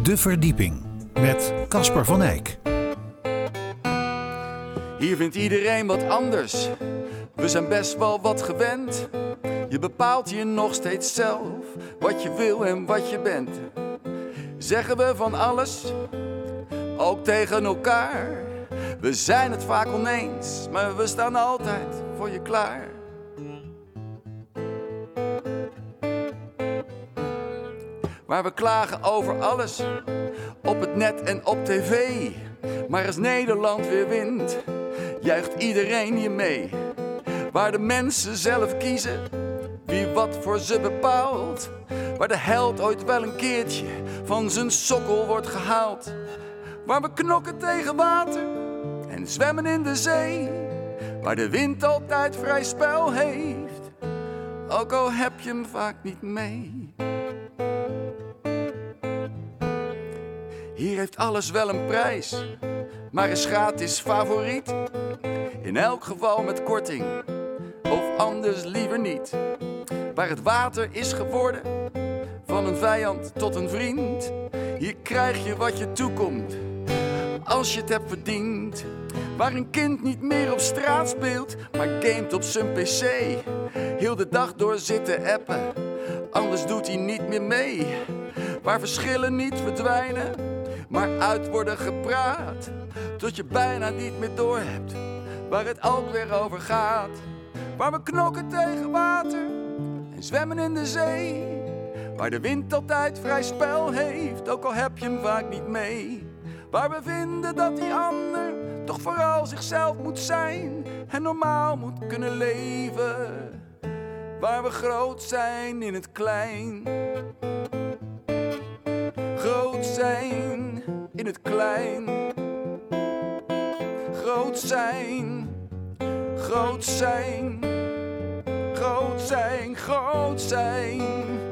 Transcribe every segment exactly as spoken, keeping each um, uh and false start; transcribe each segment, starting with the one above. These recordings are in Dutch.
De Verdieping met Casper van Eyck. Hier vindt iedereen wat anders. We zijn best wel wat gewend. Je bepaalt je nog steeds zelf wat je wil en wat je bent. Zeggen we van alles, ook tegen elkaar. We zijn het vaak oneens, maar we staan altijd voor je klaar. Maar we klagen over alles, op het net en op tv. Maar als Nederland weer wint, juicht iedereen je mee. Waar de mensen zelf kiezen, wie wat voor ze bepaalt. Waar de held ooit wel een keertje van zijn sokkel wordt gehaald. Waar we knokken tegen water en zwemmen in de zee. Waar de wind altijd vrij spel heeft, ook al heb je hem vaak niet mee. Hier heeft alles wel een prijs, maar is gratis favoriet. In elk geval met korting, of anders liever niet. Waar het water is geworden, van een vijand tot een vriend. Hier krijg je wat je toekomt, als je het hebt verdiend. Waar een kind niet meer op straat speelt, maar gamet op zijn pc. Heel de dag door zitten appen, anders doet hij niet meer mee. Waar verschillen niet verdwijnen, maar uit worden gepraat. Tot je bijna niet meer doorhebt waar het ook weer over gaat. Waar we knokken tegen water en zwemmen in de zee. Waar de wind altijd vrij spel heeft, ook al heb je hem vaak niet mee. Waar we vinden dat die ander toch vooral zichzelf moet zijn en normaal moet kunnen leven. Waar we groot zijn in het klein. Groot zijn in het klein. Groot zijn, groot zijn, groot zijn, groot zijn.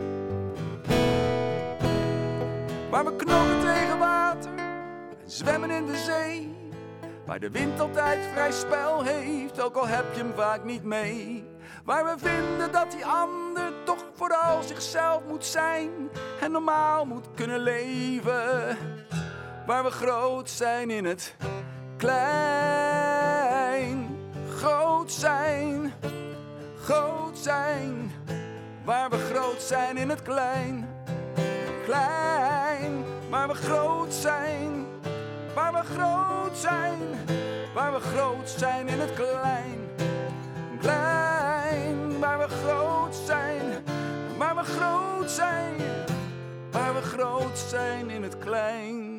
Waar we knokken tegen water en zwemmen in de zee. Waar de wind altijd vrij spel heeft, ook al heb je hem vaak niet mee. Waar we vinden dat die ander toch vooral zichzelf moet zijn en normaal moet kunnen leven. Waar we groot zijn in het klein. Groot zijn, groot zijn. Waar we groot zijn in het klein. Klein, waar we groot zijn. Waar we groot zijn. Waar we groot zijn in het klein. Klein, waar we groot zijn. Waar we groot zijn. Waar we groot zijn in het klein.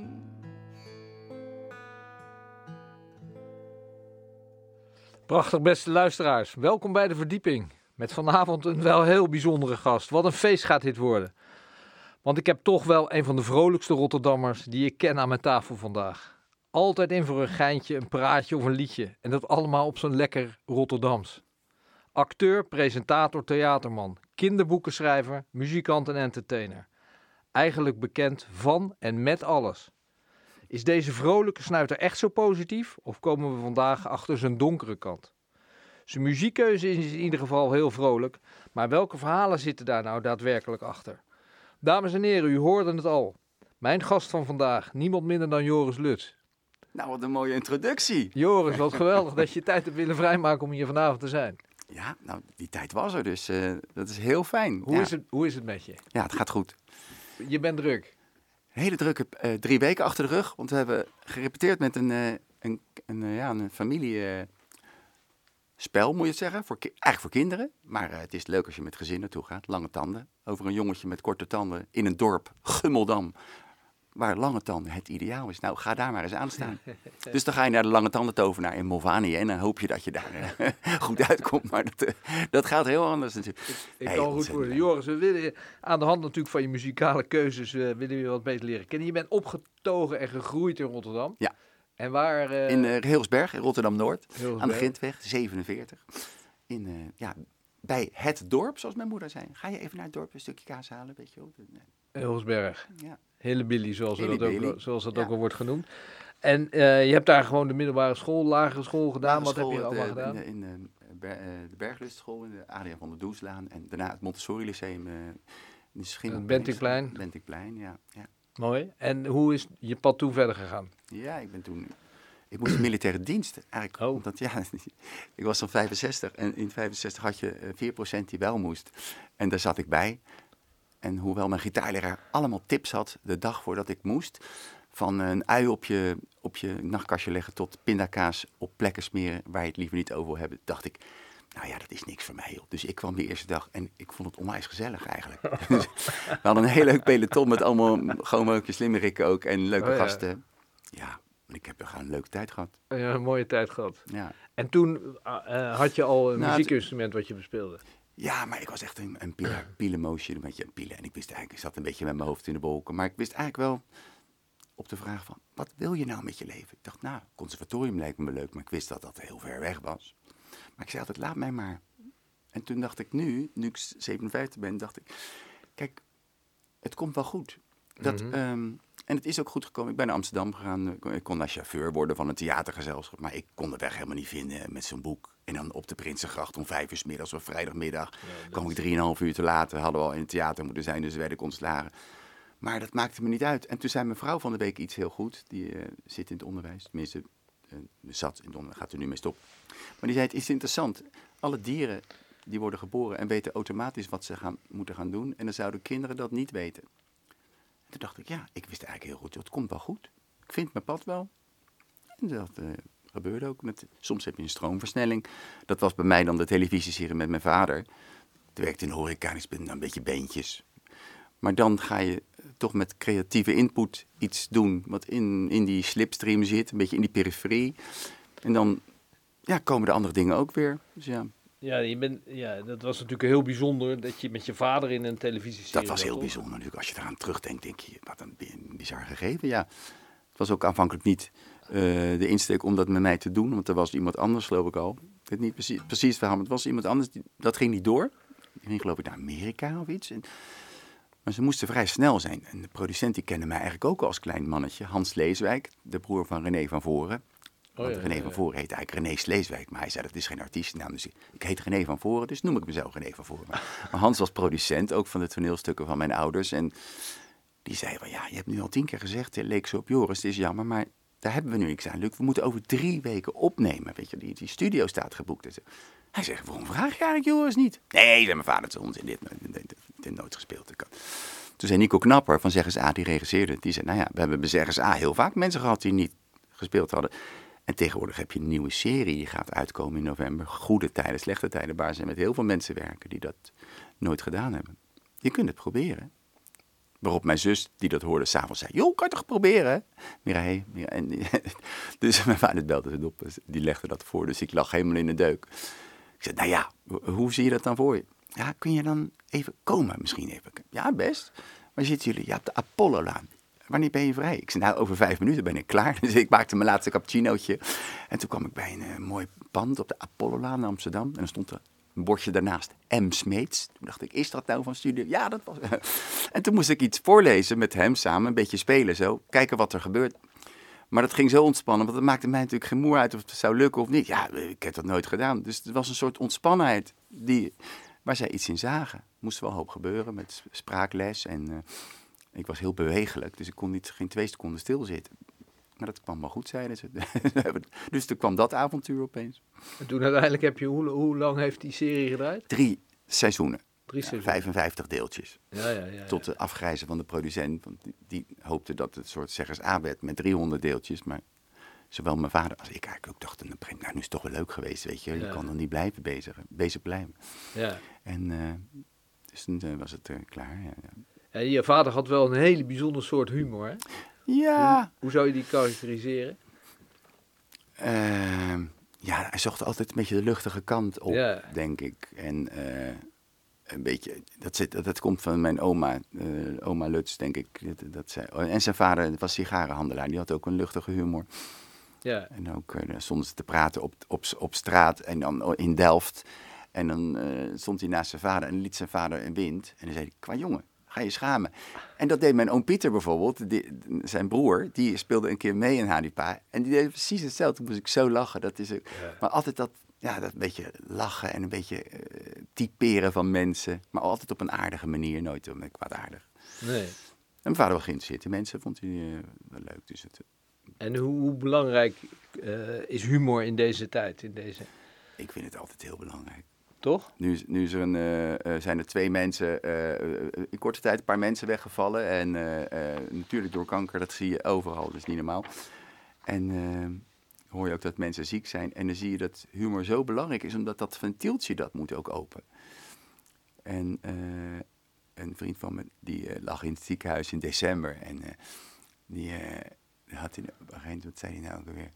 Prachtig, beste luisteraars. Welkom bij De Verdieping. Met vanavond een wel heel bijzondere gast. Wat een feest gaat dit worden. Want ik heb toch wel een van de vrolijkste Rotterdammers die ik ken aan mijn tafel vandaag. Altijd in voor een geintje, een praatje of een liedje. En dat allemaal op zo'n lekker Rotterdams. Acteur, presentator, theaterman, kinderboekenschrijver, muzikant en entertainer. Eigenlijk bekend van en met alles. Is deze vrolijke snuiter echt zo positief of komen we vandaag achter zijn donkere kant? Zijn muziekkeuze is in ieder geval heel vrolijk, maar welke verhalen zitten daar nou daadwerkelijk achter? Dames en heren, u hoorde het al. Mijn gast van vandaag, niemand minder dan Joris Luts. Nou, wat een mooie introductie. Joris, wat geweldig dat je tijd hebt willen vrijmaken om hier vanavond te zijn. Ja, nou, die tijd was er, dus uh, dat is heel fijn. Hoe, ja. is het, hoe is het met je? Ja, het gaat goed. Je bent druk. Hele drukke uh, drie weken achter de rug, want we hebben gerepeteerd met een, uh, een, een, uh, ja, een familiespel, uh, moet je het zeggen. Voor ki- eigenlijk voor kinderen, maar uh, het is leuk als je met gezin naartoe gaat. Lange tanden, over een jongetje met korte tanden in een dorp, Gummeldam, waar lange tanden het ideaal is. Nou, ga daar maar eens aan staan. Dus dan ga je naar de lange tanden tovenaar in Mulvaney en dan hoop je dat je daar uh, goed uitkomt. Maar dat, uh, dat gaat heel anders natuurlijk. Ik, ik Hey, kan goed voor Joris, we willen aan de hand natuurlijk van je muzikale keuzes uh, willen we je wat beter leren kennen. Je bent opgetogen en gegroeid in Rotterdam. Ja. En waar? Uh, in uh, Heelsberg, in Rotterdam-Noord, Heelsberg. aan de Grintweg, zevenenveertig. In, uh, ja, bij het dorp, zoals mijn moeder zei. Ga je even naar het dorp een stukje kaas halen, weet je wel? Heelsberg. Ja. Hillebilly, zoals Hilly dat, ook, Billy. zoals dat Ja. ook al wordt genoemd. En uh, je hebt daar gewoon de middelbare school, lagere school gedaan. Wat heb je School, allemaal de, gedaan? In, de, in de, Ber, uh, de Berglustschool, in de Adriaan van der Doeslaan. En daarna het Montessori Lyceum uh, in de Schimmelpenninck. Het Bentinckplein. Bentinckplein, ja. ja. Mooi. En hoe is je pad toen verder gegaan? Ja, ik ben toen... Ik moest in militaire dienst. Eigenlijk, Oh. Omdat, ja, ik was dan vijfenzestig en in vijfenzestig had je uh, vier procent die wel moest. En daar zat ik bij. En hoewel mijn gitaarleraar allemaal tips had de dag voordat ik moest... van een ui op je, op je nachtkastje leggen tot pindakaas op plekken smeren waar je het liever niet over wil hebben, dacht ik, nou ja, dat is niks voor mij, joh. Dus ik kwam die eerste dag en ik vond het onwijs gezellig eigenlijk. Dus we hadden een heel leuk peloton met allemaal gewoon slimmerikken ook en leuke oh, ja. gasten. Ja, ik heb er gewoon een leuke tijd gehad. Ja, een mooie tijd gehad. Ja, En toen uh, had je al een Nou, muziekinstrument wat je bespeelde? ja, maar ik was echt een, een piele, pielenmoosje, een beetje een pielen. En ik wist eigenlijk, ik zat een beetje met mijn hoofd in de wolken, maar ik wist eigenlijk wel op de vraag van, wat wil je nou met je leven? Ik dacht, nou, conservatorium lijkt me leuk, maar ik wist dat dat heel ver weg was. Maar ik zei altijd, laat mij maar. En toen dacht ik nu, nu ik zevenenvijftig ben, dacht ik, kijk, het komt wel goed. Dat, Mhm. um, en het is ook goed gekomen. Ik ben naar Amsterdam gegaan, ik kon daar chauffeur worden van een theatergezelschap, maar ik kon de weg helemaal niet vinden met zo'n boek. En dan op de Prinsengracht om vijf uur 's middags of vrijdagmiddag Ja, kwam ik drieënhalf uur te laat, hadden we al in het theater moeten zijn, dus werd ik ontslagen. Maar dat maakte me niet uit. En toen zei mijn vrouw van de week iets heel goed. Die uh, zit in het onderwijs. Tenminste, uh, zat in het onderwijs. Gaat er nu mee stoppen. Maar die zei, het is interessant. Alle dieren die worden geboren en weten automatisch wat ze gaan, moeten gaan doen. En dan zouden kinderen dat niet weten. En toen dacht ik, ja, ik wist eigenlijk heel goed. Het komt wel goed. Ik vind mijn pad wel. En dat uh, gebeurde ook. Met, soms heb je een stroomversnelling. Dat was bij mij dan de televisieserie met mijn vader. Toen werkte in de horeca en ik speelde een beetje beentjes. Maar dan ga je toch met creatieve input iets doen wat in, in die slipstream zit, een beetje in die periferie. En dan ja, komen de andere dingen ook weer. Dus ja. Ja, je bent, ja, dat was natuurlijk heel bijzonder dat je met je vader in een televisieserie Dat was zat, heel toch? bijzonder natuurlijk. Als je eraan terugdenkt, denk je, wat een bizar gegeven. Ja, het was ook aanvankelijk niet uh, de insteek om dat met mij te doen, want er was iemand anders, geloof ik al. Ik weet niet precies, precies het verhaal, maar het was iemand anders, die, dat ging niet door. Die ging geloof ik naar Amerika of iets. En, maar ze moesten vrij snel zijn. En de producent die kende mij eigenlijk ook als klein mannetje. Hans Sleeswijk, de broer van René van Voren. Oh, Want ja, René ja, van ja. Voren heet eigenlijk René Sleeswijk. Maar hij zei, dat is geen artiestennaam. Dus ik, ik heet René van Voren, dus noem ik mezelf René van Voren. Maar, maar Hans was producent, ook van de toneelstukken van mijn ouders. En die zei van, ja, je hebt nu al tien keer gezegd, het leek zo op Joris, het is jammer, maar daar hebben we nu niks aan. Luc, we moeten over drie weken opnemen. Weet je, die, die studio staat geboekt. En zo. Hij zegt, waarom vraag je eigenlijk Joris niet? Nee, zei mijn vader, het is onzin, dit, dit, dit nooit gespeeld. Toen zei Nico Knapper van Zeggers A, die regisseerde, die zei, nou ja, we hebben bij Zeggers A heel vaak mensen gehad die niet gespeeld hadden. En tegenwoordig heb je een nieuwe serie, die gaat uitkomen in november. Goede tijden, slechte tijden, waar ze met heel veel mensen werken die dat nooit gedaan hebben. Je kunt het proberen. Waarop mijn zus, die dat hoorde, s'avonds zei, joh, kan je toch proberen? Mireille, Mireille. Dus mijn vader belde het op, die legde dat voor, dus ik lag helemaal in de deuk. Ik zei, nou ja, hoe zie je dat dan voor je? Ja, kun je dan even komen misschien even? Ja, best. Waar zitten jullie? Ja, op de Apollo-laan. Wanneer ben je vrij? Ik zei, nou, over vijf minuten ben ik klaar. Dus ik maakte mijn laatste cappuccinootje. En toen kwam ik bij een uh, mooi pand op de Apollo-laan in Amsterdam. En dan stond er een bordje daarnaast, M. Smeets. Toen dacht ik, is dat nou van studio? Ja, dat was... En toen moest ik iets voorlezen met hem samen, een beetje spelen zo. Kijken wat er gebeurt. Maar dat ging zo ontspannen, want het maakte mij natuurlijk geen moer uit of het zou lukken of niet. Ja, ik heb dat nooit gedaan. Dus het was een soort ontspannenheid die, waar zij iets in zagen. Er moest wel een hoop gebeuren met spraakles en uh, ik was heel bewegelijk. Dus ik kon niet, geen twee seconden stilzitten. Maar dat kwam wel goed, zeiden ze. Dus toen kwam dat avontuur opeens. En toen uiteindelijk heb je, hoe, hoe lang heeft die serie gedraaid? Drie seizoenen. Drie Ja, seizoenen. vijfenvijftig deeltjes. Ja, ja, ja, ja. Tot de afgrijzen van de producent. Want die, die hoopte dat het soort Zeggers A werd met driehonderd deeltjes. Maar zowel mijn vader als ik eigenlijk ook dachten, nou, nu is het toch wel leuk geweest, weet je. Je Ja. kan er niet blijven bezig, bezig blijven. Ja. En uh, dus toen uh, was het uh, klaar. Ja, ja. En je vader had wel een hele bijzonder soort humor, hè? ja. Hoe, hoe zou je die karakteriseren? Uh, ja, hij zocht altijd een beetje de luchtige kant op, Ja. denk ik. En uh, een beetje, dat, zit, dat, dat komt van mijn oma, uh, oma Lutz, denk ik. Dat, dat zij, en zijn vader was sigarenhandelaar, die had ook een luchtige humor. Ja. En ook uh, soms te praten op, op, op straat en dan in Delft. En dan uh, stond hij naast zijn vader en liet zijn vader een wind. En dan zei hij, qua jongen, ga je schamen. En dat deed mijn oom Pieter bijvoorbeeld, die, zijn broer, die speelde een keer mee in Hadipa. En die deed precies hetzelfde. Toen moest ik zo lachen. Dat is ook, Ja. Maar altijd dat, ja, dat beetje lachen en een beetje uh, typeren van mensen. Maar altijd op een aardige manier, nooit um, kwaadaardig. Nee. mijn vader was geïnteresseerd in mensen, vond hij uh, wel leuk. Dus het, uh, en hoe, hoe belangrijk uh, is humor in deze tijd? In deze... Ik vind het altijd heel belangrijk. Toch? Nu, nu is er een, uh, uh, zijn er twee mensen, uh, uh, in korte tijd een paar mensen weggevallen. En uh, uh, natuurlijk door kanker, dat zie je overal, dat is niet normaal. En uh, hoor je ook dat mensen ziek zijn. En dan zie je dat humor zo belangrijk is, omdat dat ventieltje, dat moet ook open. En uh, een vriend van me, die uh, lag in het ziekenhuis in december. En uh, die uh, had in, wat zei hij nou ook alweer?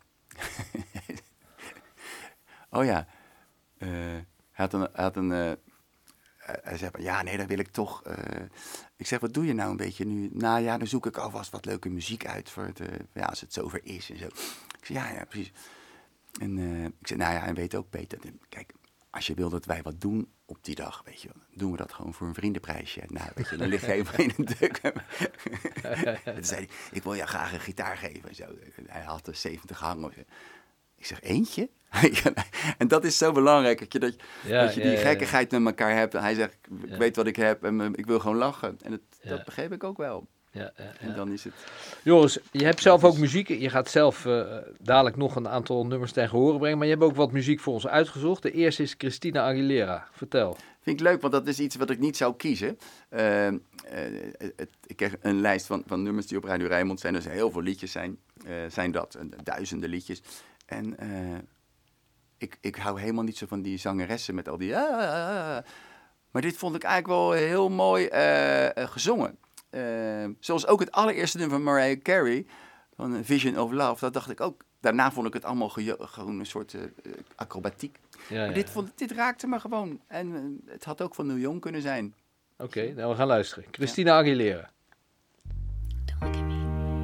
oh ja, uh, Hij had een, hij, had een, uh, hij zei, ja, nee, dat wil ik toch. Uh, ik zeg, wat doe je nou een beetje nu? Nou ja, dan zoek ik alvast wat leuke muziek uit voor het, uh, ja, als het zover is en zo. Ik zei, ja, ja, precies. En uh, ik zei, nou ja, en weet ook, Peter, kijk, als je wil dat wij wat doen op die dag, weet je wel, doen we dat gewoon voor een vriendenprijsje. Nou, weet je, dan lig je even in een duk. Toen zei hij, ik wil jou graag een gitaar geven en zo. Hij had er zeventig hangen. Ik zeg, eentje? En dat is zo belangrijk, dat je, dat, ja, dat je die ja, ja, gekkigheid met elkaar hebt. En hij zegt, ik ja. weet wat ik heb en uh, ik wil gewoon lachen. En het, ja. dat begreep ik ook wel. Ja, ja, ja. En dan is het... Joris, je hebt zelf ook muziek. Je gaat zelf uh, dadelijk nog een aantal nummers tegen horen brengen. Maar je hebt ook wat muziek voor ons uitgezocht. De eerste is Christina Aguilera. Vertel. Vind ik leuk, want dat is iets wat ik niet zou kiezen. Uh, uh, het, ik heb een lijst van, van nummers die op Radio Rijnmond zijn. Dus heel veel liedjes zijn, uh, zijn dat. Uh, duizenden liedjes. En uh, ik, ik hou helemaal niet zo van die zangeressen met al die... Ah, ah, ah. Maar dit vond ik eigenlijk wel heel mooi uh, uh, gezongen. Uh, zoals ook het allereerste nummer van Mariah Carey, van Vision of Love. Dat dacht ik ook. Daarna vond ik het allemaal ge- gewoon een soort uh, acrobatiek. Ja, maar ja, dit, vond, dit raakte me gewoon. En uh, het had ook van Neil Young kunnen zijn. Oké, okay, nou we gaan luisteren. Christina ja. Aguilera. Don't look at me.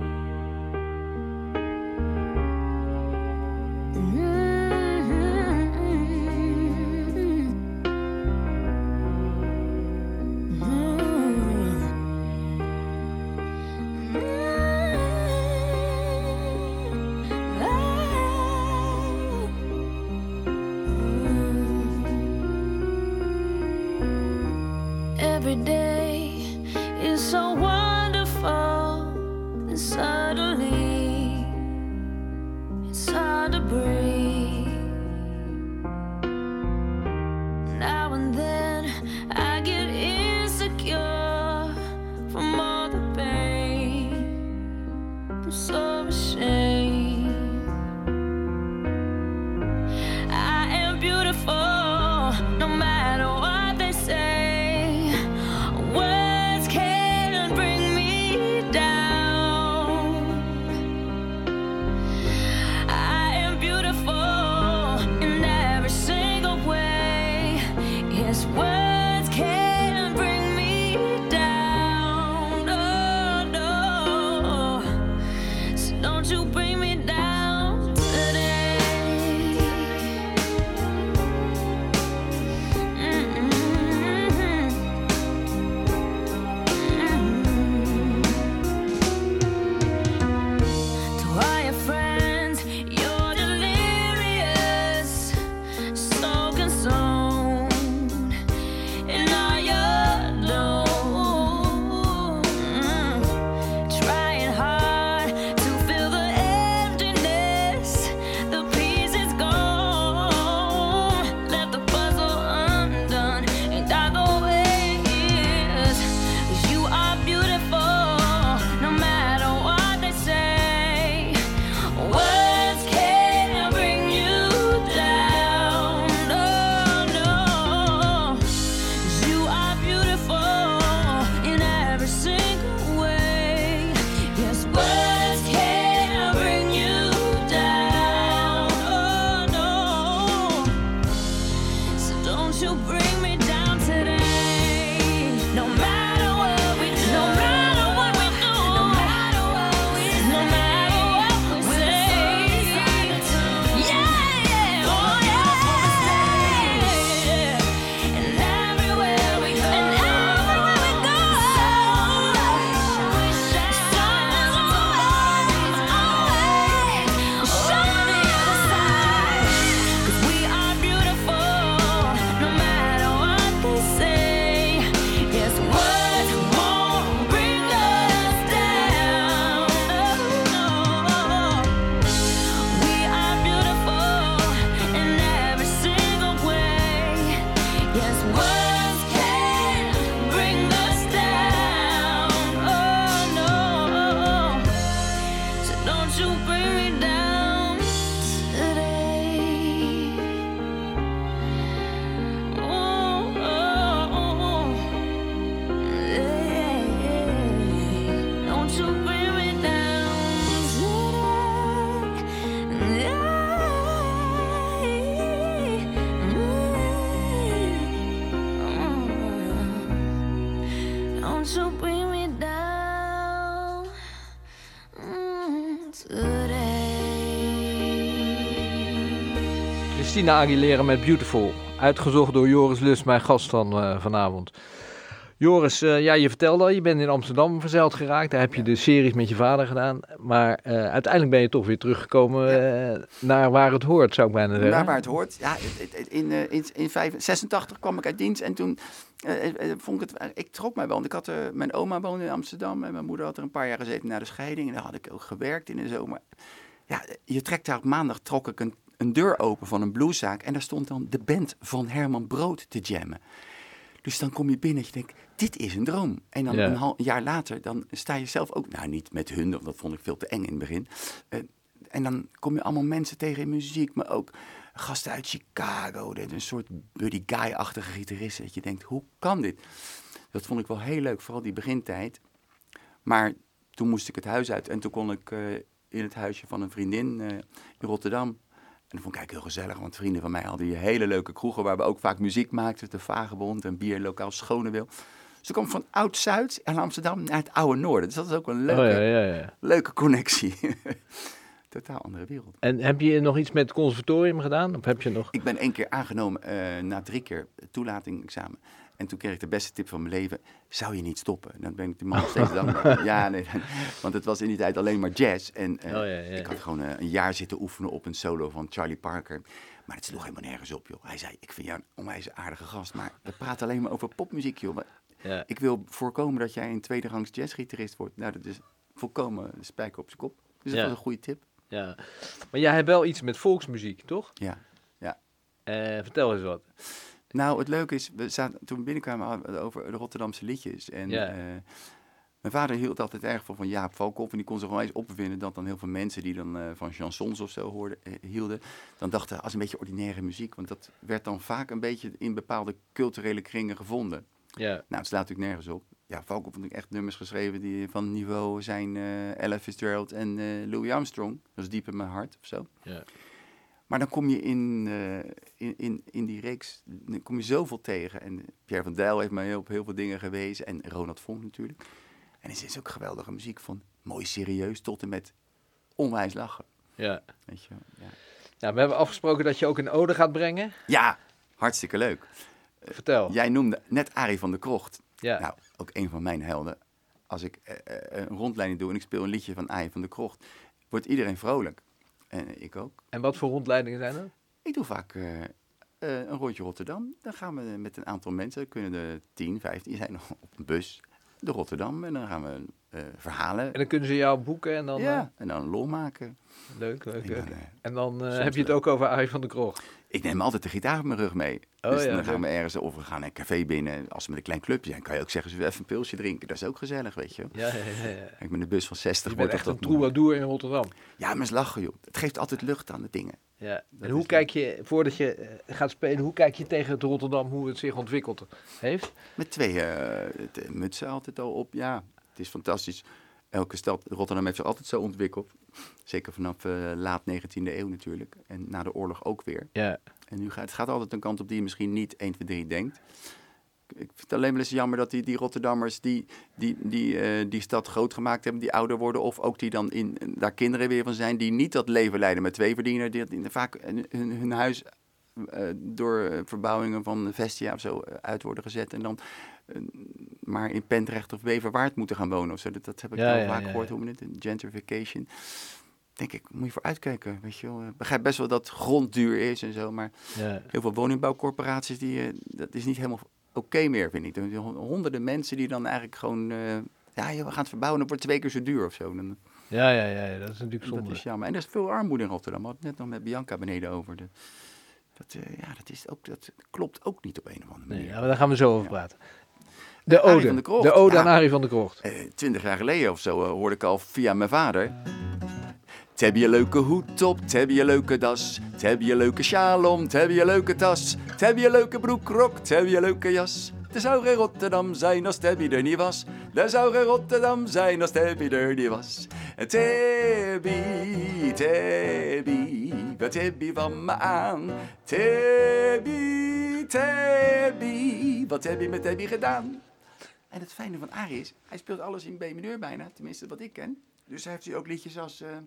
Every day is so wonderful, and suddenly it's hard to breathe. Now and then I get insecure from all the pain. I'm so ashamed. I am beautiful, no matter what they say. Well, won't you bring me down mm, today? Christina Aguilera met Beautiful. Uitgezocht door Joris Lust, mijn gast van uh, vanavond. Joris, uh, ja, je vertelde al, je bent in Amsterdam verzeild geraakt. Daar heb je de series met je vader gedaan. Maar uh, uiteindelijk ben je toch weer teruggekomen uh, ja. naar waar het hoort, zou ik bijna zeggen. Naar waar het hoort. Ja, in, in, in, in zesentachtig kwam ik uit dienst en toen uh, uh, vond ik het... Ik trok mij wel, want ik had, uh, mijn oma woonde in Amsterdam en mijn moeder had er een paar jaar gezeten na de scheiding. En daar had ik ook gewerkt in de zomer. Ja, je trekt daar op maandag, trok ik een, een deur open van een blueszaak en daar stond dan de band van Herman Brood te jammen. Dus dan kom je binnen en je denkt, dit is een droom. En dan ja. een half jaar later, dan sta je zelf ook... Nou, niet met hun, want dat vond ik veel te eng in het begin. Uh, en dan kom je allemaal mensen tegen in muziek, maar ook gasten uit Chicago. Een soort Buddy Guy-achtige gitarist. Dat je denkt, hoe kan dit? Dat vond ik wel heel leuk, vooral die begintijd. Maar toen moest ik het huis uit. En toen kon ik uh, in het huisje van een vriendin uh, in Rotterdam... En dat vond ik eigenlijk heel gezellig, want vrienden van mij hadden hier hele leuke kroegen waar we ook vaak muziek maakten. De Vagebond en bierlokaal Schonewil. Dus ik kwam van Oud-Zuid en Amsterdam naar het Oude Noorden. Dus dat is ook een leuke, oh, ja, ja, ja. leuke connectie. Totaal andere wereld. En heb je nog iets met het conservatorium gedaan? Of heb je nog... Ik ben één keer aangenomen uh, na drie keer toelating-examen. En toen kreeg ik de beste tip van mijn leven. Zou je niet stoppen? Dan ben ik de man nog steeds dankbaar. Ja, nee. Want het was in die tijd alleen maar jazz. En uh, oh, ja, ja. ik had gewoon uh, een jaar zitten oefenen op een solo van Charlie Parker. Maar het sloeg helemaal nergens op, joh. Hij zei, ik vind jou een onwijs aardige gast. Maar we praten alleen maar over popmuziek, joh. Ja. Ik wil voorkomen dat jij een tweederangs jazzgitarist wordt. Nou, dat is volkomen spijker op zijn kop. Dus dat ja. was een goede tip. Ja. Maar jij hebt wel iets met volksmuziek, toch? Ja, ja. Uh, vertel eens wat. Nou, het leuke is, we zaten, toen we binnenkwamen over de Rotterdamse liedjes. En ja. uh, mijn vader hield altijd erg veel van Jaap Valkhoff. En die kon zich wel eens opvinden dat dan heel veel mensen die dan uh, van chansons of zo hoorden, uh, hielden. Dan dachten, als een beetje ordinaire muziek. Want dat werd dan vaak een beetje in bepaalde culturele kringen gevonden. Ja. Nou, het slaat natuurlijk nergens op. Ja, Valkhoff had echt nummers geschreven die van niveau zijn uh, Ella Fitzgerald en uh, Louis Armstrong. Dat is diep in mijn hart of zo. Ja. Maar dan kom je in, uh, in, in, in die reeks, dan kom je zoveel tegen. En Pierre van Dijl heeft mij op heel veel dingen gewezen. En Ronald Vonk natuurlijk. En het is ook geweldige muziek van mooi serieus tot en met onwijs lachen. Ja. Weet je, ja. Ja, we hebben afgesproken dat je ook een ode gaat brengen. Ja, hartstikke leuk. Vertel. Uh, jij noemde net Arie van der Krocht. Ja. Nou, ook een van mijn helden. Als ik uh, uh, een rondleiding doe en ik speel een liedje van Arie van der Krocht, wordt iedereen vrolijk. En ik ook. En wat voor rondleidingen zijn er? Ik doe vaak uh, uh, een rondje Rotterdam. Dan gaan we met een aantal mensen, kunnen er tien, vijftien zijn nog op een bus door Rotterdam. En dan gaan we uh, verhalen. En dan kunnen ze jou boeken en dan... Ja, uh... en dan lol maken. Leuk, leuk. En dan, uh, en dan uh, heb je het ook over Arie van der Krocht. Ik neem altijd de gitaar op mijn rug mee. Oh, dus ja, dan gaan leuk. we ergens, of we gaan een café binnen. Als we met een klein clubje zijn, kan je ook zeggen, zullen we even een pilsje drinken? Dat is ook gezellig, weet je. Ja, ja, ja. ja. Ik ben de bus van zestig. Je bent echt een troubadour in Rotterdam. Ja, maar eens lachen, joh. Het geeft altijd lucht aan de dingen. Ja. En hoe kijk je, voordat je uh, gaat spelen, hoe kijk je tegen het Rotterdam, hoe het zich ontwikkeld heeft? Met twee uh, mutsen altijd al op, ja. Het is fantastisch. Elke stad, Rotterdam heeft zich altijd zo ontwikkeld. Zeker vanaf uh, laat negentiende eeuw natuurlijk. En na de oorlog ook weer. Ja. En nu gaat het gaat altijd een kant op die je misschien niet één, twee, drie denkt. Ik vind het alleen maar eens jammer dat die, die Rotterdammers die die, die, uh, die stad groot gemaakt hebben, die ouder worden. Of ook die dan in, daar kinderen weer van zijn, die niet dat leven leiden met twee verdieners. Die, die vaak hun, hun huis uh, door verbouwingen van Vestia of zo uh, uit worden gezet. En dan uh, maar in Pendrecht of Beverwaard moeten gaan wonen of zo. Dat, dat heb ik ja, wel ja, vaak ja, gehoord, ja. hoe het, gentrification. Denk ik, moet je voor uitkijken, weet je wel. Ik begrijp best wel dat grond duur is en zo, maar ja. heel veel woningbouwcorporaties, die, uh, dat is niet helemaal oké okay meer, vind ik. Er zijn honderden mensen die dan eigenlijk gewoon, uh, ja, joh, we gaan het verbouwen, dan wordt het twee keer zo duur of zo. Dan, ja, ja, ja, dat is natuurlijk zonde. Dat is jammer. En er is veel armoede in Rotterdam. We hadden het net nog met Bianca beneden over. De, dat, uh, ja, dat, is ook, dat klopt ook niet op een of andere manier. Nee, ja, maar daar gaan we zo over ja. praten. De Arie ode, van der Krocht. de ode ja, aan Arie van der Krocht. Uh, twintig jaar geleden of zo uh, hoorde ik al via mijn vader. Heb je leuke hoed op, heb je leuke das, heb je leuke sjaal om, heb je leuke tas, heb je leuke broekrok, heb je leuke jas. Er zou geen Rotterdam zijn als Tabby er niet was. Er zou geen Rotterdam zijn als Tabby er niet was. Tabby, Tabby, wat heb je van me aan? Tabby, Tabby, wat heb je met Tabby gedaan? En het fijne van Arie is, hij speelt alles in B-mineur bijna, tenminste wat ik ken. Dus hij heeft hij ook liedjes als... Uh,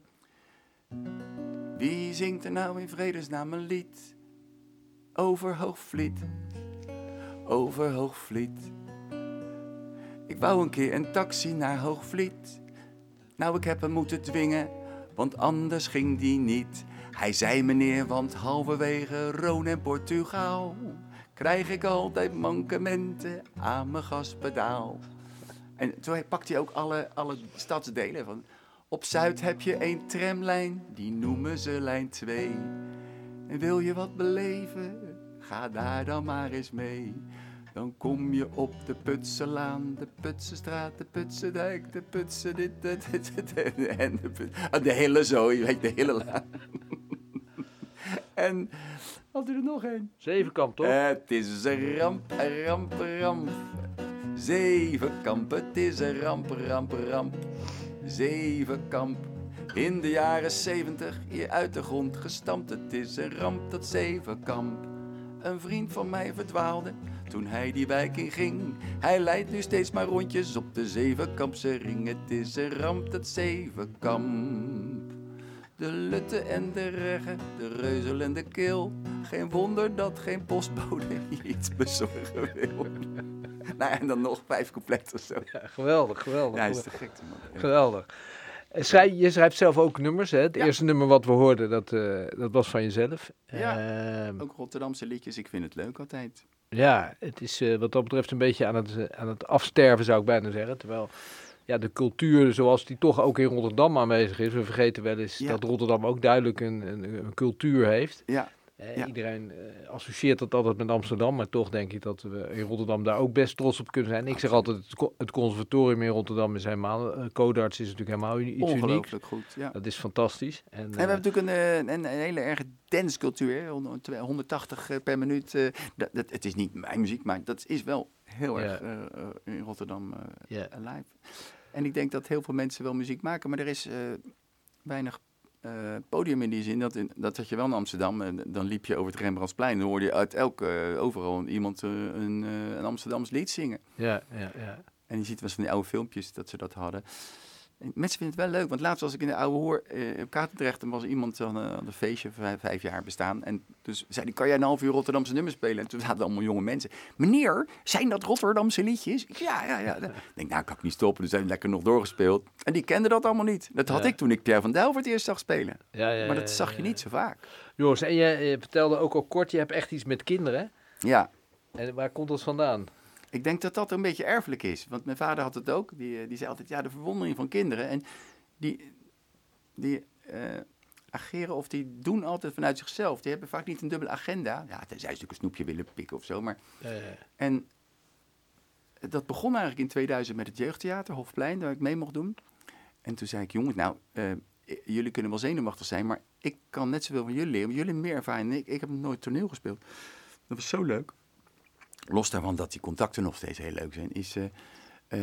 Wie zingt er nou in vredesnaam een lied over Hoogvliet? Over Hoogvliet. Ik wou een keer een taxi naar Hoogvliet. Nou, ik heb hem moeten dwingen, want anders ging die niet. Hij zei meneer, want halverwege Rhône en Portugal krijg ik altijd mankementen aan mijn gaspedaal. En toen pakte hij ook alle, alle stadsdelen van... Op Zuid heb je één tramlijn, die noemen ze lijn twee. En wil je wat beleven, ga daar dan maar eens mee. Dan kom je op de Putselaan, de Putsenstraat, de Putsendijk, de Putsen dit, dit, dit, dit, en de, Put, de hele zooi, weet je, de hele laan. En had u er nog één? Zevenkamp, toch? Het is een ramp, een ramp, een ramp. Zevenkamp, het is een ramp, ramp, ramp. Zevenkamp, in de jaren zeventig, hier uit de grond gestampt. Het is een ramp, dat Zevenkamp. Een vriend van mij verdwaalde toen hij die wijk in ging. Hij leidt nu steeds maar rondjes op de Zevenkampse ring. Het is een ramp, dat Zevenkamp. De lutte en de reggen, de reuzel en de keel. Geen wonder dat geen postbode iets bezorgen wil. Nou, en dan nog vijf coupletten of zo. Ja, geweldig, geweldig. Ja, hij is te gek, man. Ja. Geweldig. En Schrij, je schrijft zelf ook nummers, hè? Het Ja. eerste nummer wat we hoorden, dat, uh, dat was van jezelf. Ja, Uh, ook Rotterdamse liedjes, ik vind het leuk altijd. ja, het is uh, wat dat betreft een beetje aan het, uh, aan het afsterven, zou ik bijna zeggen. Terwijl ja, de cultuur zoals die toch ook in Rotterdam aanwezig is. We vergeten wel eens Ja. dat Rotterdam ook duidelijk een, een, een cultuur heeft. Ja, Uh, Ja. Iedereen uh, associeert dat altijd met Amsterdam, maar toch denk ik dat we in Rotterdam daar ook best trots op kunnen zijn. Ik zeg altijd, het, co- het conservatorium in Rotterdam is helemaal, uh, Codarts is natuurlijk helemaal uni- iets unieks. ongelooflijk goed. Ja. Dat is fantastisch. En, En uh, we hebben natuurlijk een, eh, een, een hele erge dancecultuur, hè, honderdtachtig eh, per minuut. eh, dat, dat, het is niet mijn muziek, maar dat is wel heel Ja. erg eh, eh, in Rotterdam eh, Ja. live. En ik denk dat heel veel mensen wel muziek maken, maar er is eh, weinig eh, podium in die zin. Dat, in, dat had je wel in Amsterdam, en dan liep je over het Rembrandtsplein, dan hoorde je uit elke, uh, overal iemand uh, een, uh, een Amsterdams lied zingen. Ja, ja, ja. En je ziet wel eens van die oude filmpjes dat ze dat hadden. En mensen vinden het wel leuk, want laatst was ik in de oude hoor uh, op Katendrecht en was iemand aan uh, een feestje vijf, vijf jaar bestaan. En dus zei die, kan jij een half uur Rotterdamse nummers spelen? En toen zaten allemaal jonge mensen. Meneer, zijn dat Rotterdamse liedjes? Ik, ja, ja, ja. Ik denk, nou kan ik niet stoppen, dus hebben we lekker nog doorgespeeld. En die kenden dat allemaal niet. Dat had Ja. ik toen ik Pierre van Dijl voor het eerst zag spelen. Ja, ja, Maar ja, dat zag ja, je ja. niet zo vaak. Joris, en je, je vertelde ook al kort, je hebt echt iets met kinderen. Ja. En waar komt dat vandaan? Ik denk dat dat een beetje erfelijk is. Want mijn vader had het ook. Die, die zei altijd, ja, de verwondering van kinderen. En die, die uh, ageren of die doen altijd vanuit zichzelf. Die hebben vaak niet een dubbele agenda. Ja, tenzij ze natuurlijk een snoepje willen pikken of zo. Maar... Uh, En dat begon eigenlijk in tweeduizend met het jeugdtheater, Hofplein, waar ik mee mocht doen. En toen zei ik, jongens, nou, uh, jullie kunnen wel zenuwachtig zijn, maar ik kan net zoveel van jullie leren. Maar jullie hebben meer ervaring. Ik, ik heb nooit toneel gespeeld. Dat was zo leuk. Los daarvan dat die contacten nog steeds heel leuk zijn, is uh, uh,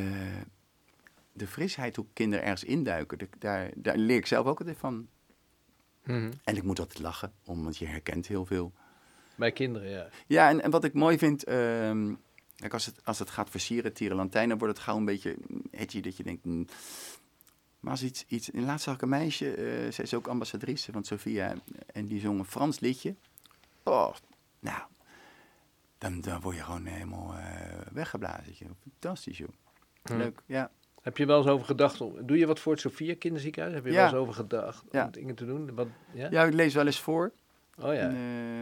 de frisheid hoe kinderen ergens induiken. De, daar, daar leer ik zelf ook altijd van. mm-hmm. En ik moet altijd lachen, omdat je herkent heel veel. Bij kinderen, ja. Ja, en, en wat ik mooi vind, uh, kijk, als het, als het gaat versieren, tierenlantijn, dan wordt het gauw een beetje edgy, dat je denkt... Mm. Maar als iets, iets... En laatst zag ik een meisje, uh, zij is ook ambassadrice van Sophia, en die zong een Frans liedje. Oh, nou... Dan, dan word je gewoon helemaal uh, weggeblazen. Joh. Fantastisch, joh. Hm. Leuk, ja. Heb je wel eens over gedacht, om, doe je wat voor het Sophia Kinderziekenhuis? Heb je Ja. wel eens over gedacht Ja. om dingen te doen? Wat, ja? Ja, ik lees wel eens voor. Oh ja. En,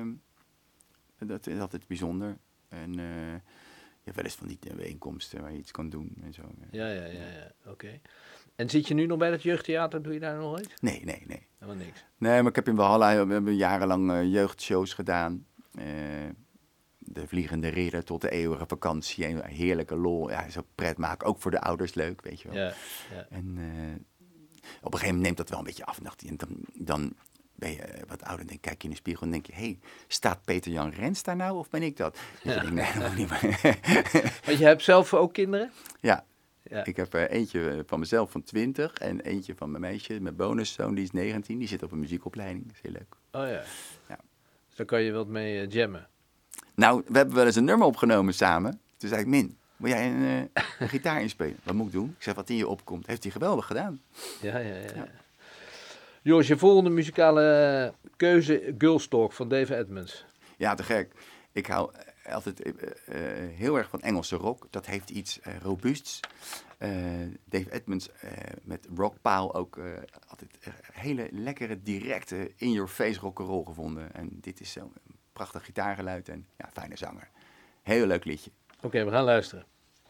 uh, dat is altijd bijzonder. En uh, je hebt wel eens van die bijeenkomsten waar je iets kan doen en zo. Ja, ja, ja, ja. Oké. Okay. En zit je nu nog bij het jeugdtheater? Doe je daar nog iets? Nee, nee, nee. Helemaal niks. Nee, maar ik heb in Valhalla, we hebben jarenlang uh, jeugdshows gedaan. Uh, de Vliegende Ridder tot de eeuwige vakantie. En heerlijke lol. Ja, zo pret maken. Ook voor de ouders leuk, weet je wel. Ja, ja. En uh, op een gegeven moment neemt dat wel een beetje af. En dan, dan ben je wat ouder en denk, kijk je in de spiegel en denk je... hé, hey, staat Peter-Jan Rens daar nou of ben ik dat? Dus ja. Ik denk, nee, dat moet niet meer. Want je hebt zelf ook kinderen? Ja. Ja. Ik heb er eentje van mezelf van twintig en eentje van mijn meisje, mijn bonuszoon, die is negentien. Die zit op een muziekopleiding. Dat is heel leuk. Oh ja. Ja. Dus daar kan je wat mee uh, jammen. Nou, we hebben wel eens een nummer opgenomen samen. Toen zei ik, Min, Wil jij een, uh, een gitaar inspelen? Wat moet ik doen? Ik zeg, wat in je opkomt. Heeft hij geweldig gedaan. Ja, ja, ja. Ja. Joris, je volgende muzikale keuze, Girls Talk van Dave Edmunds. Ja, te gek. Ik hou altijd uh, uh, heel erg van Engelse rock. Dat heeft iets uh, robuusts. Uh, Dave Edmunds uh, met Rockpaal ook uh, altijd een hele lekkere, directe, in-your-face rock'n'roll gevonden. En dit is zo'n prachtig gitaargeluid en ja, fijne zanger. Heel leuk liedje. Oké, okay, we gaan luisteren.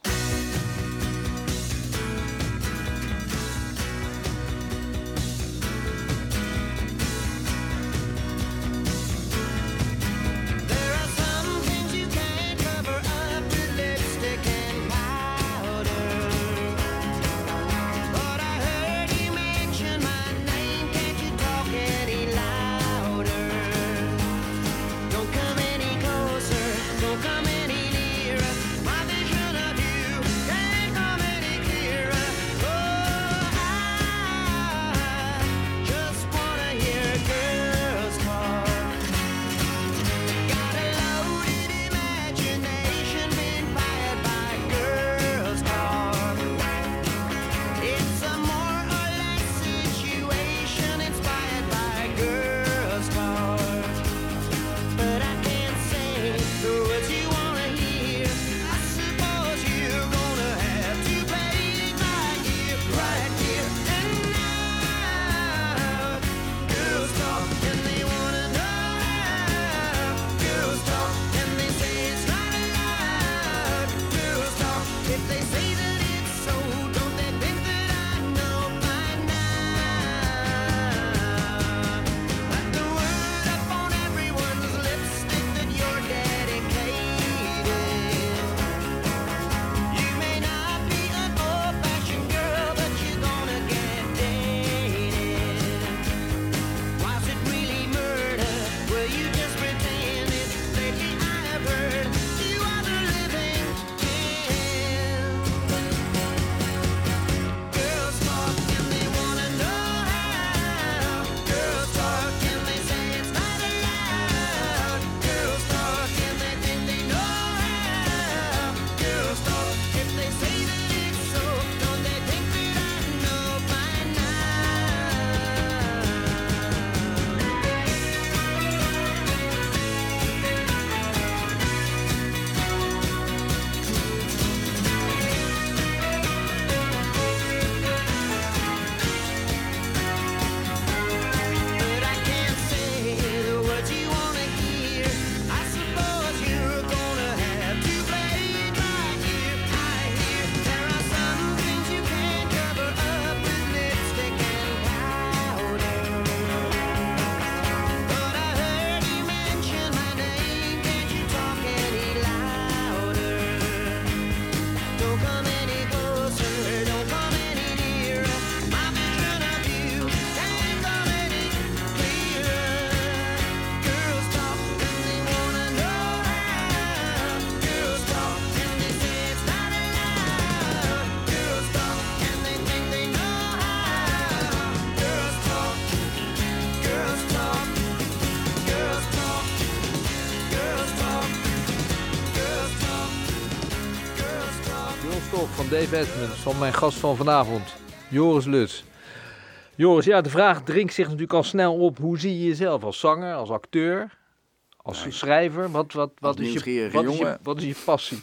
Van Dave Edmunds, van mijn gast van vanavond, Joris Luts. Joris, ja, de vraag dringt zich natuurlijk al snel op. Hoe zie je jezelf als zanger, als acteur, als Nee. schrijver? Wat, wat, wat, Als is je, nieuwsgierige wat, is je, jongen. wat is je passie?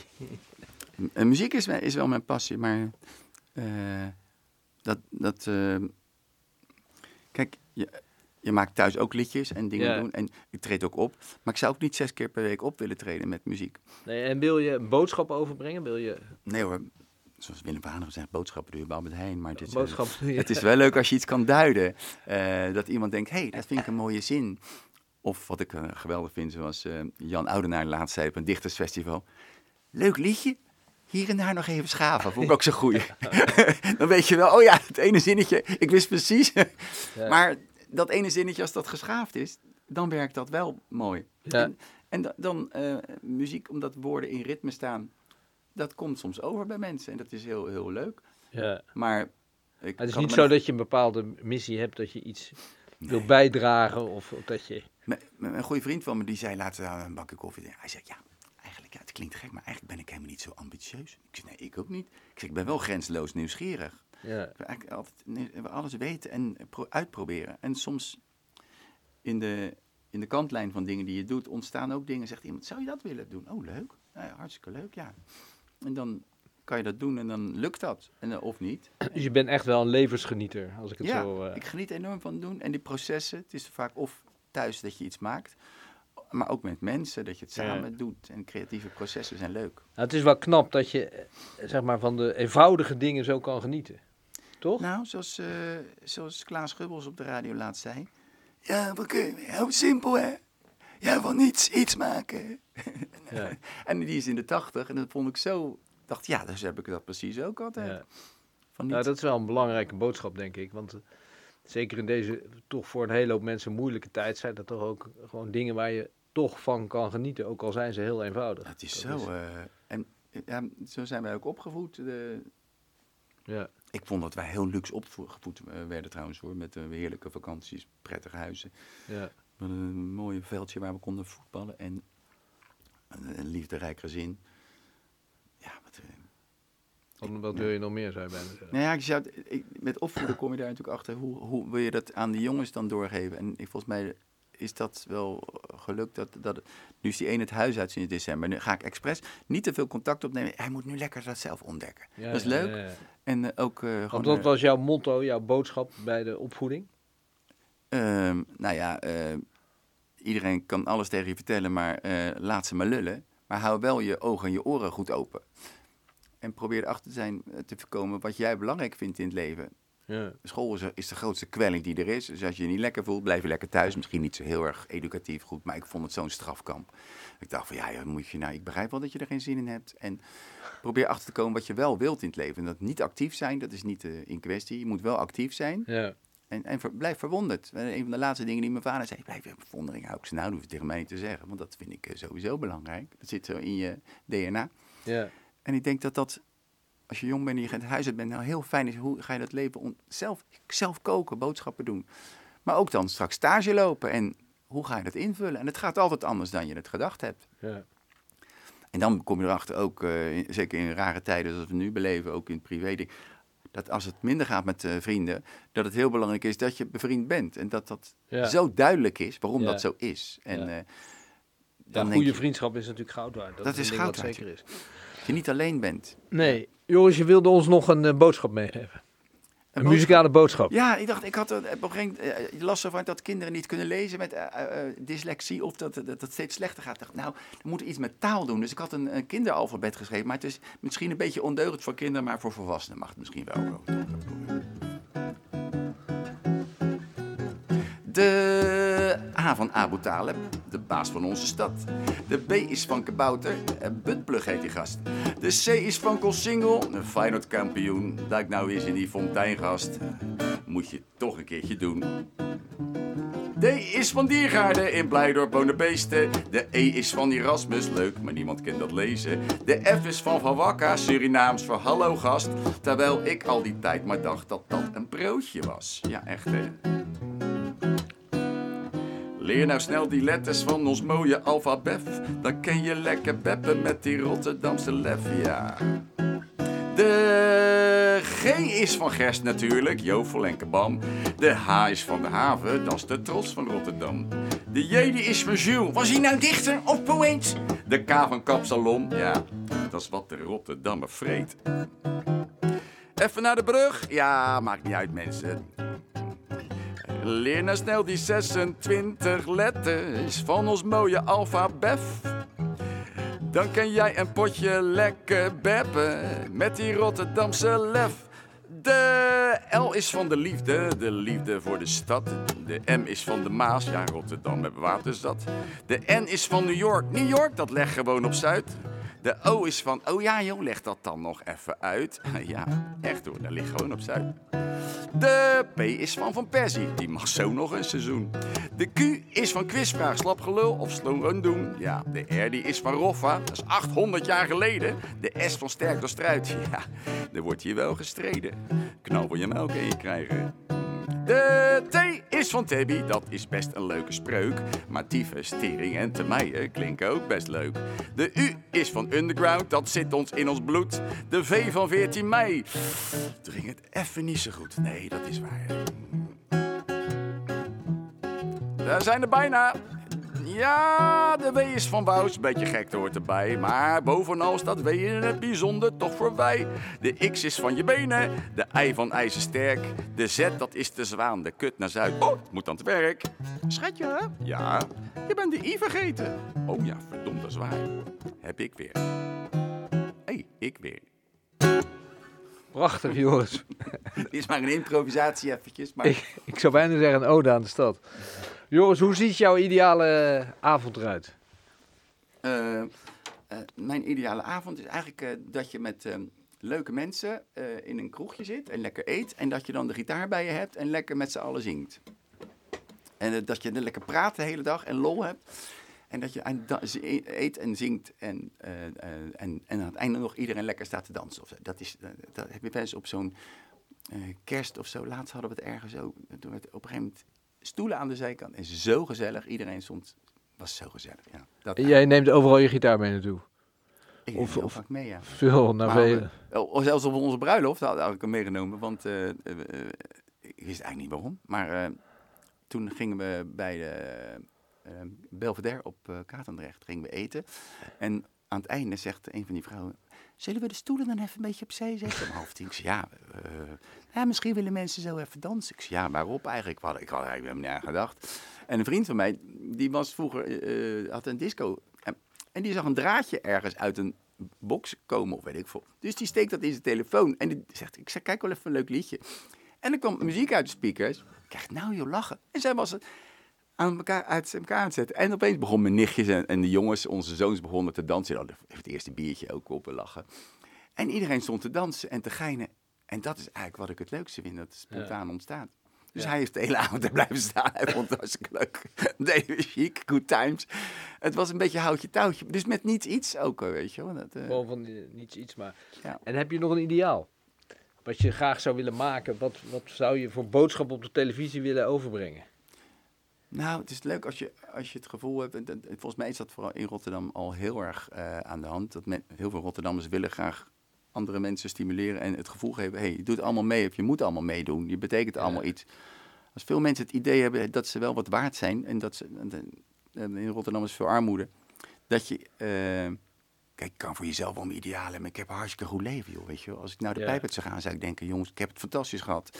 Uh, muziek is, is wel mijn passie, maar uh, dat... dat uh, kijk, je, je maakt thuis ook liedjes en dingen Ja. doen en ik treed ook op. Maar ik zou ook niet zes keer per week op willen treden met muziek. Nee, en wil je een boodschap overbrengen? Wil je Nee hoor, zoals Willem van Hanegem zegt, boodschappen doe je bij Albert Heijn. Maar het is, een boodschap? uh, het is wel leuk als je iets kan duiden. Uh, dat iemand denkt, hé, hey, dat vind ik een mooie zin. Of wat ik uh, geweldig vind, zoals uh, Jan Oudenaar laatst zei op een dichtersfestival. Leuk liedje, hier en daar nog even schaven. Vond ik ook zo goed. Dan weet je wel, oh ja, het ene zinnetje, ik wist precies. Ja. Maar dat ene zinnetje, als dat geschaafd is, dan werkt dat wel mooi. Ja. En, en da- dan uh, muziek, omdat woorden in ritme staan, dat komt soms over bij mensen. En dat is heel, heel leuk. Ja. Maar ik Het is kan niet me zo nog- dat je een bepaalde missie hebt, dat je iets Nee. wil bijdragen of, of dat je... Mijn- mijn- Een goede vriend van me, die zei laatst aan een bakje koffie. Hij zei, ja, eigenlijk ja, het klinkt gek, maar eigenlijk ben ik helemaal niet zo ambitieus. Ik zeg, nee, ik ook niet. Ik zeg, ik ben wel grenzeloos nieuwsgierig. Ja. Ik wil eigenlijk altijd alles weten en pro- uitproberen. En soms in de, in de kantlijn van dingen die je doet, ontstaan ook dingen. Zegt iemand, zou je dat willen doen? Oh, leuk. Ja, hartstikke leuk, ja. En dan kan je dat doen en dan lukt dat. En, uh, of niet. Dus je bent echt wel een levensgenieter, als ik het ja, zo... Uh... ik geniet enorm van doen. En die processen, het is vaak of thuis dat je iets maakt, maar ook met mensen, dat je het samen ja. doet. En creatieve processen zijn leuk. Nou, het is wel knap dat je, zeg maar, van de eenvoudige dingen zo kan genieten. Toch? Nou, zoals, uh, zoals Klaas Gubbels op de radio laatst zei. Ja, wat kun je, heel simpel hè. Ja, van niets iets maken. Ja. En die is in de tachtig en dat vond ik zo... dacht, ja, dus heb ik dat precies ook altijd. Ja. Van nou, dat is wel een belangrijke boodschap, denk ik. Want uh, zeker in deze toch voor een hele hoop mensen moeilijke tijd zijn dat toch ook gewoon dingen waar je toch van kan genieten. Ook al zijn ze heel eenvoudig. Het is dat zo. Is... Uh, en ja, zo zijn wij ook opgevoed. De... Ja. Ik vond dat wij heel luxe opgevoed werden trouwens hoor. Met uh, heerlijke vakanties, prettige huizen. Ja. Met een mooi veldje waar we konden voetballen. En een, een liefderijk gezin. Ja, wat... Uh, Wat, wat wil je nog meer, zou je bijna zeggen? Nou ja, ik zou, ik, met opvoeden kom je daar natuurlijk achter. Hoe, hoe wil je dat aan de jongens dan doorgeven? En ik, volgens mij is dat wel gelukt. Dat, dat, nu is die een het huis uit sinds december. Nu ga ik expres niet te veel contact opnemen. Hij moet nu lekker dat zelf ontdekken. Ja, dat is leuk. Ja, ja, ja. En uh, ook... Uh, Want dat was jouw motto, jouw boodschap bij de opvoeding? Uh, nou ja, uh, iedereen kan alles tegen je vertellen, maar uh, laat ze maar lullen. Maar hou wel je ogen en je oren goed open. En probeer erachter te zijn te voorkomen wat jij belangrijk vindt in het leven. Ja. School is, is de grootste kwelling die er is. Dus als je je niet lekker voelt, blijf je lekker thuis. Misschien niet zo heel erg educatief goed, maar ik vond het zo'n strafkamp. Ik dacht van ja, ja moet je nou, ik begrijp wel dat je er geen zin in hebt. En probeer achter te komen wat je wel wilt in het leven. En dat niet actief zijn, dat is niet uh, in kwestie. Je moet wel actief zijn. Ja. En, en ver, blijf verwonderd. Een van de laatste dingen die mijn vader zei, blijf in verwondering houden. Ik zei, nou, dat hoef je tegen mij niet te zeggen. Want dat vind ik uh, sowieso belangrijk. Dat zit zo in je D N A. Ja. En ik denk dat dat... Als je jong bent en je het huis uit bent, nou heel fijn is, hoe ga je dat leven on- zelf, zelf koken, boodschappen doen. Maar ook dan straks stage lopen en hoe ga je dat invullen? En het gaat altijd anders dan je het gedacht hebt. Ja. En dan kom je erachter ook, uh, in, zeker in rare tijden zoals we nu beleven, ook in het privé, dat als het minder gaat met uh, vrienden, dat het heel belangrijk is dat je bevriend bent. En dat dat ja. zo duidelijk is waarom ja. dat zo is. En, ja. uh, dan ja, goede je, vriendschap is natuurlijk goud waard. Dat, dat is, is goud waard. Zeker is. Dat je niet alleen bent. Nee. Joris, je wilde ons nog een uh, boodschap meegeven. Een, een boodschap? Muzikale boodschap. Ja, ik dacht, ik had op een gegeven moment uh, last van dat kinderen niet kunnen lezen met uh, uh, dyslexie of dat, dat dat steeds slechter gaat. Ik dacht, nou, we moeten iets met taal doen. Dus ik had een, een kinderalfabet geschreven, maar het is misschien een beetje ondeugend voor kinderen, maar voor volwassenen mag het misschien wel. De A van Abu Talib, de baas van onze stad. De B is van Kabouter, Buttplug heet die gast. De C is van Koolsingel, een Feyenoord kampioen. Dat ik nou eens in die fonteingast. Moet je toch een keertje doen. D is van Diergaarden, in Blijdorp wonen beesten. De E is van Erasmus, leuk, maar niemand kent dat lezen. De F is van Van Wakka, Surinaams voor hallo gast. Terwijl ik al die tijd maar dacht dat dat een broodje was. Ja, echt hè. Leer nou snel die letters van ons mooie alfabet. Dan ken je lekker beppen met die Rotterdamse lef, ja. De G is van Gerst natuurlijk, Jovel en Kabam. De H is van de haven, dat is de trots van Rotterdam. De J die is van Jules, was hij nou dichter of poëet? De K van Kapsalon, ja, dat is wat de Rotterdammer vreet. Even naar de brug, ja, maakt niet uit mensen. Leer nou snel die zesentwintig letters van ons mooie alfabet. Dan kan jij een potje lekker beppen met die Rotterdamse lef. De L is van de liefde, de liefde voor de stad. De M is van de Maas, ja Rotterdam hebben water zat. De N is van New York, New York dat leg gewoon op Zuid. De O is van, oh ja joh, leg dat dan nog even uit. Ja, echt hoor, dat ligt gewoon op Zuid. De P is van Van Persie, die mag zo nog een seizoen. De Q is van quizvraag, slap gelul of slow doen. Ja, de R die is van Roffa, dat is achthonderd jaar geleden. De S van sterk door struit, ja, er wordt hier wel gestreden. Knal voor je melk en je krijgen. De T is van Tabby, dat is best een leuke spreuk. Maar tyfus, tering en termijen klinken ook best leuk. De U is van Underground, dat zit ons in ons bloed. De V van veertien mei, dring het even niet zo goed. Nee, dat is waar. Daar zijn er bijna. Ja, de W is van Wous, beetje gek, dat hoort erbij. Maar bovenal staat W in het bijzonder toch voor wij. De X is van je benen, de I van ijzersterk. De Z, dat is de zwaan, de kut naar Zuid. Oh, het moet aan het werk. Schatje, hè? Ja, je bent de I vergeten. Oh ja, verdomd, dat is waar. Heb ik weer. Hé, hey, ik weer. Prachtig, Joris. Dit is maar een improvisatie eventjes, maar... ik, ik zou bijna zeggen een ode aan de stad. Joris, hoe ziet jouw ideale avond eruit? Uh, uh, mijn ideale avond is eigenlijk uh, dat je met uh, leuke mensen uh, in een kroegje zit en lekker eet. En dat je dan de gitaar bij je hebt en lekker met z'n allen zingt. En uh, dat je lekker praat de hele dag en lol hebt. En dat je aan, da- eet en zingt en, uh, uh, en, en aan het einde nog iedereen lekker staat te dansen. Of zo. Dat, is, uh, dat heb je best op zo'n uh, kerst of zo. Laatst hadden we het ergens ook. Toen werd op een gegeven moment stoelen aan de zijkant. En zo gezellig. Iedereen stond... was zo gezellig, ja. Dat Jij neemt overal je gitaar mee naartoe? Ik neem Of- heel of- vaak mee, ja. Veel naar Maar, velen. uh, oh, zelfs op onze bruiloft had, had ik hem meegenomen. Want uh, uh, uh, ik wist eigenlijk niet waarom. Maar uh, toen gingen we bij de uh, Belvedere op uh, Katendrecht gingen we eten. En aan het einde zegt een van die vrouwen... Zullen we de stoelen dan even een beetje opzij zetten? Om half tien. Ik zei, ja, uh, ja, misschien willen mensen zo even dansen. Ik zei, ja, waarop eigenlijk? Ik had, ik had er eigenlijk helemaal niet aan gedacht. En een vriend van mij, die was vroeger, uh, had een disco. En, en die zag een draadje ergens uit een box komen, of weet ik veel. Dus die steekt dat in zijn telefoon. En die zegt, ik zeg, kijk wel even een leuk liedje. En er kwam muziek uit de speakers. Ik krijg nou joh, lachen. En zij was het aan elkaar, uit elkaar aan het zetten. En opeens begon mijn nichtjes en, en de jongens, onze zoons, begonnen te dansen. Die hadden het eerste biertje ook op en lachen. En iedereen stond te dansen en te geinen. En dat is eigenlijk wat ik het leukste vind, dat het spontaan ja. ontstaat. Dus ja. hij heeft de hele avond er blijven staan. Hij vond het hartstikke leuk. Deden we chic, good times. Het was een beetje houtje touwtje. Dus met niets iets ook, weet je wel. Dat, uh... Gewoon van uh, niets iets, maar... Ja. En heb je nog een ideaal? Wat je graag zou willen maken? Wat, wat zou je voor boodschap op de televisie willen overbrengen? Nou, het is leuk als je, als je het gevoel hebt... En, en, volgens mij is dat vooral in Rotterdam al heel erg uh, aan de hand. Dat men, heel veel Rotterdammers willen graag andere mensen stimuleren... en het gevoel geven, hé, hey, je doet allemaal mee... of je moet allemaal meedoen, je betekent allemaal ja. iets. Als veel mensen het idee hebben dat ze wel wat waard zijn... en dat ze... in Rotterdam is veel armoede... dat je... Uh, kijk, ik kan voor jezelf wel mijn idealen hebben... maar ik heb een hartstikke goed leven, joh, weet je wel. Als ik nou de ja. pijp uit zou gaan, zou ik denken... jongens, ik heb het fantastisch gehad...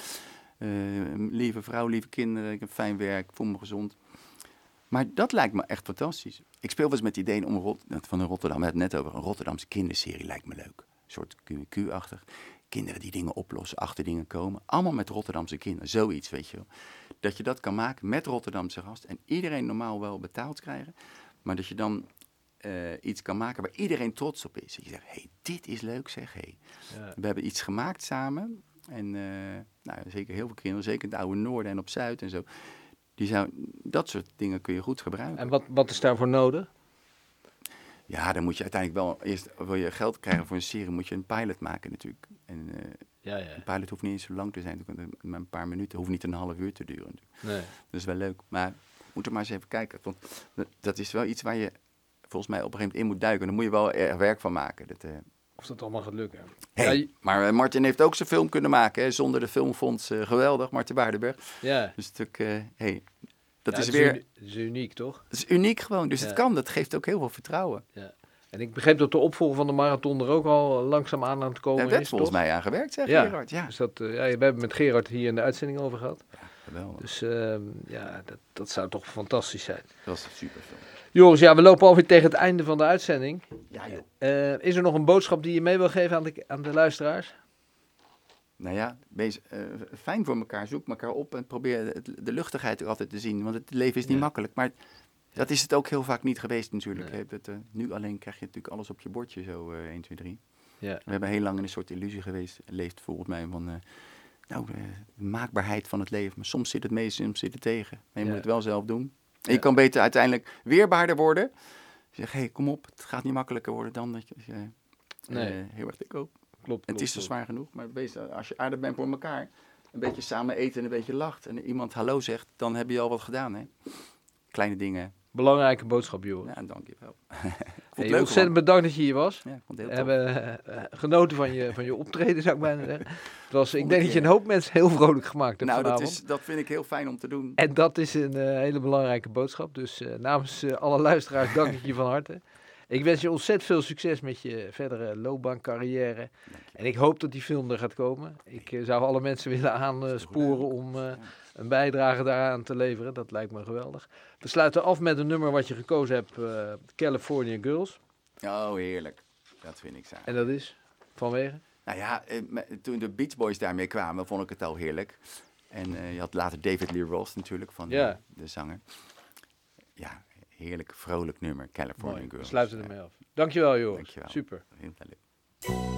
Uh, lieve vrouw, lieve kinderen, ik heb fijn werk, ik voel me gezond. Maar dat lijkt me echt fantastisch. Ik speel wel eens met het idee om Rot- van een Rotterdam, we hadden het net over, een Rotterdamse kinderserie lijkt me leuk. Een soort Q en Q-achtig. Kinderen die dingen oplossen, achter dingen komen. Allemaal met Rotterdamse kinderen, zoiets, weet je wel. Dat je dat kan maken met Rotterdamse gasten en iedereen normaal wel betaald krijgen. Maar dat je dan uh, iets kan maken waar iedereen trots op is. Dat je zegt, hé, hey, dit is leuk zeg, hé. Hey. Ja. We hebben iets gemaakt samen... En uh, nou, zeker heel veel kinderen, zeker in het oude Noorden en op Zuid en zo. Die zou, dat soort dingen kun je goed gebruiken. En wat, wat is daarvoor nodig? Ja, dan moet je uiteindelijk wel eerst, wil je geld krijgen voor een serie, moet je een pilot maken natuurlijk. En uh, ja, ja. een pilot hoeft niet eens zo lang te zijn, maar een paar minuten, hoeft niet een half uur te duren. Nee. Dat is wel leuk, maar moet er maar eens even kijken. Want dat is wel iets waar je volgens mij op een gegeven moment in moet duiken. Daar moet je wel er werk van maken. Dat, uh, Of dat allemaal gaat lukken. Hey, ja, je... Maar uh, Martin heeft ook zijn film kunnen maken, hè, zonder de filmfonds. Uh, geweldig, Martin Waardenberg. Ja. Dus natuurlijk, uh, hey, dat ja, is het weer... Is uni- het is uniek, toch? Het is uniek gewoon, dus ja. het kan. Dat geeft ook heel veel vertrouwen. Ja. En ik begreep dat de opvolger van de marathon er ook al langzaam aan aan het komen Daar werd is, volgens toch? mij aan gewerkt, zeg ja. Gerard. Ja. Dus dat, uh, ja, we hebben met Gerard hier in de uitzending over gehad. Ja, geweldig. Dus uh, ja, dat, dat zou toch fantastisch zijn. Dat was super film. Joris, ja, we lopen alweer tegen het einde van de uitzending. Ja, joh. Uh, is er nog een boodschap die je mee wil geven aan de, aan de luisteraars? Nou ja, wees uh, fijn voor elkaar. Zoek elkaar op en probeer de, de luchtigheid er altijd te zien. Want het leven is niet ja. makkelijk. Maar dat is het ook heel vaak niet geweest natuurlijk. Nee. Het, uh, nu alleen krijg je natuurlijk alles op je bordje zo uh, één, twee, drie. Ja. We hebben heel lang in een soort illusie geweest. Leeft volgens mij van... Uh, nou, de maakbaarheid van het leven. Maar soms zit het mee, soms zit het tegen. Maar je ja. moet het wel zelf doen. En je ja. kan beter uiteindelijk weerbaarder worden. Je zegt, hé, hey, kom op, het gaat niet makkelijker worden dan dat je uh, nee. uh, heel erg dik op. Klopt, het is zo zwaar genoeg, maar wees, als je aardig bent voor elkaar, een beetje samen eten en een beetje lacht en iemand hallo zegt, dan heb je al wat gedaan, hè? Kleine dingen. Belangrijke boodschap, Joris. Ja, dankjewel. Ik vond Hey, het leuk, ontzettend man. bedankt dat je hier was. Ja, ik vond We het heel tof. hebben uh, genoten van je, van je optreden, zou ik bijna zeggen. Het was, ik Volgende denk dat je keer. een hoop mensen heel vrolijk gemaakt hebt Nou, dat, vanavond. is, dat vind ik heel fijn om te doen. En dat is een uh, hele belangrijke boodschap. Dus uh, namens uh, alle luisteraars dank ik je van harte. Ik wens je ontzettend veel succes met je verdere loopbaan, carrière. En ik hoop dat die film er gaat komen. Ik uh, zou alle mensen willen aansporen om uh, een bijdrage daaraan te leveren. Dat lijkt me geweldig. We sluiten af met een nummer wat je gekozen hebt, uh, California Girls. Oh, heerlijk. Dat vind ik zo. En dat is vanwege? Nou ja, eh, me- toen de Beach Boys daarmee kwamen, vond ik het al heerlijk. En eh, je had later David Lee Roth natuurlijk, van Ja. de, de zanger. Ja, heerlijk, vrolijk nummer, California Mooi. We Girls. sluiten ermee af. Dankjewel, Joris. Dankjewel. Super. Heel leuk.